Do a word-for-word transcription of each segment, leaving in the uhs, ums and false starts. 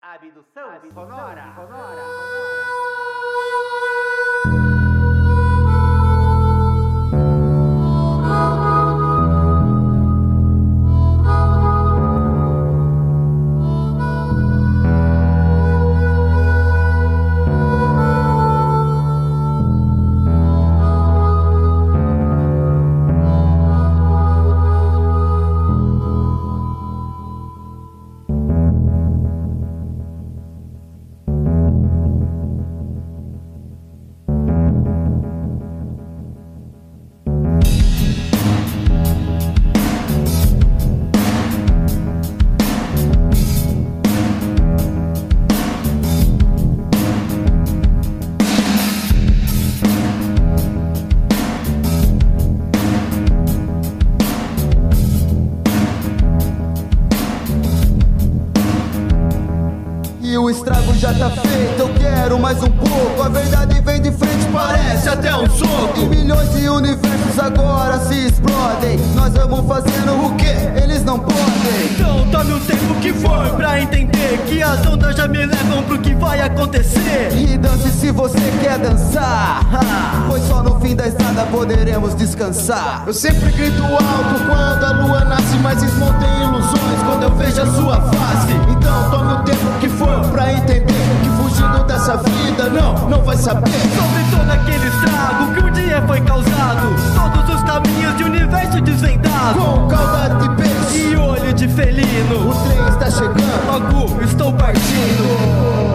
Abdução, Abdução sonora. sonora. E o estrago já tá feito, eu quero mais um pouco. A verdade vem de frente, parece até um soco. E milhões de universos agora se explodem. Nós vamos fazendo o quê? Eles não podem. Então tome o tempo que for pra entender que as ondas já me levam pro que vai acontecer. E dance se você quer dançar, pois só no fim da estrada poderemos descansar. Eu sempre grito alto quando a lua nasce, mas esmou tem ilusões quando eu vejo a sua face. Então tome o tempo que for pra entender que fugindo dessa vida não, não vai saber sobre todo aquele estrago que um dia foi causado, todos os caminhos de universo desvendado, com cauda de peixe e olho de felino. O trem está chegando, logo estou partindo.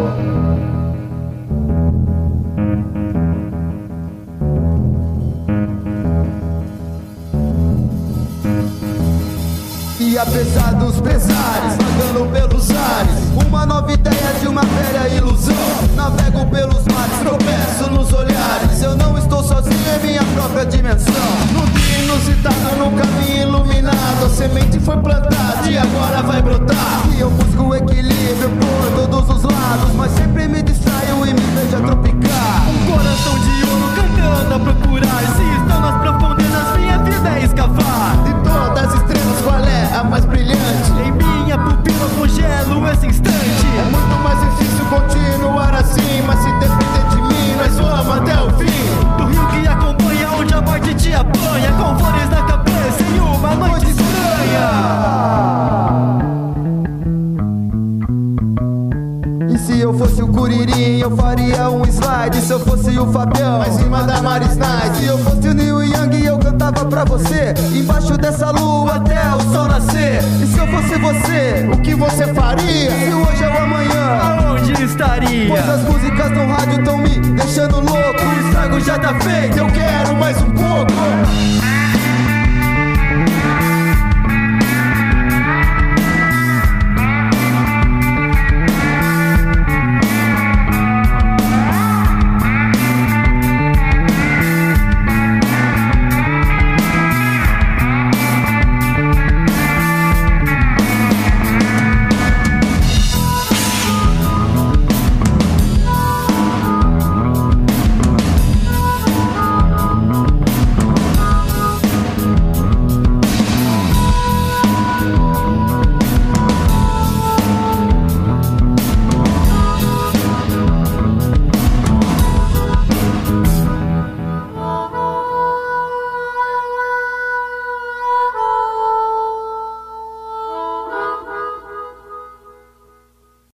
E apesar dos pesares, vagando pelos ares, uma nova ideia de uma velha ilusão. Navego pelos mares, tropeço nos olhares. Eu não estou sozinho em minha própria dimensão. No dia inusitado, num caminho iluminado, a semente foi plantada e agora vai brotar. E eu busco o equilíbrio por todos os lados, mas sempre me distraio e me vejo a tropicar. Um coração de ouro cantando a procurar. Se estão nas profundezas, minha vida é escavar. De todas as estrelas, qual é a mais brilhante? Em minha pupila congelo esse instante. É muito mais difícil continuar assim, mas se depender de mim, nós vamos até o fim. Do rio que acompanha onde a morte te apanha, com flores na cabeça em uma noite estranha. E se eu fosse o Curirim, eu faria um slide. Se eu fosse o Fabião, mas cima da Maris Night. Se eu fosse o Neil Young, eu cantava pra você embaixo dessa lua até o sol nascer. E se eu fosse você, o que você faria? Se hoje é o amanhã, aonde estaria? Pois as músicas no rádio tão me deixando louco. O estrago já tá feito, eu quero mais um pouco.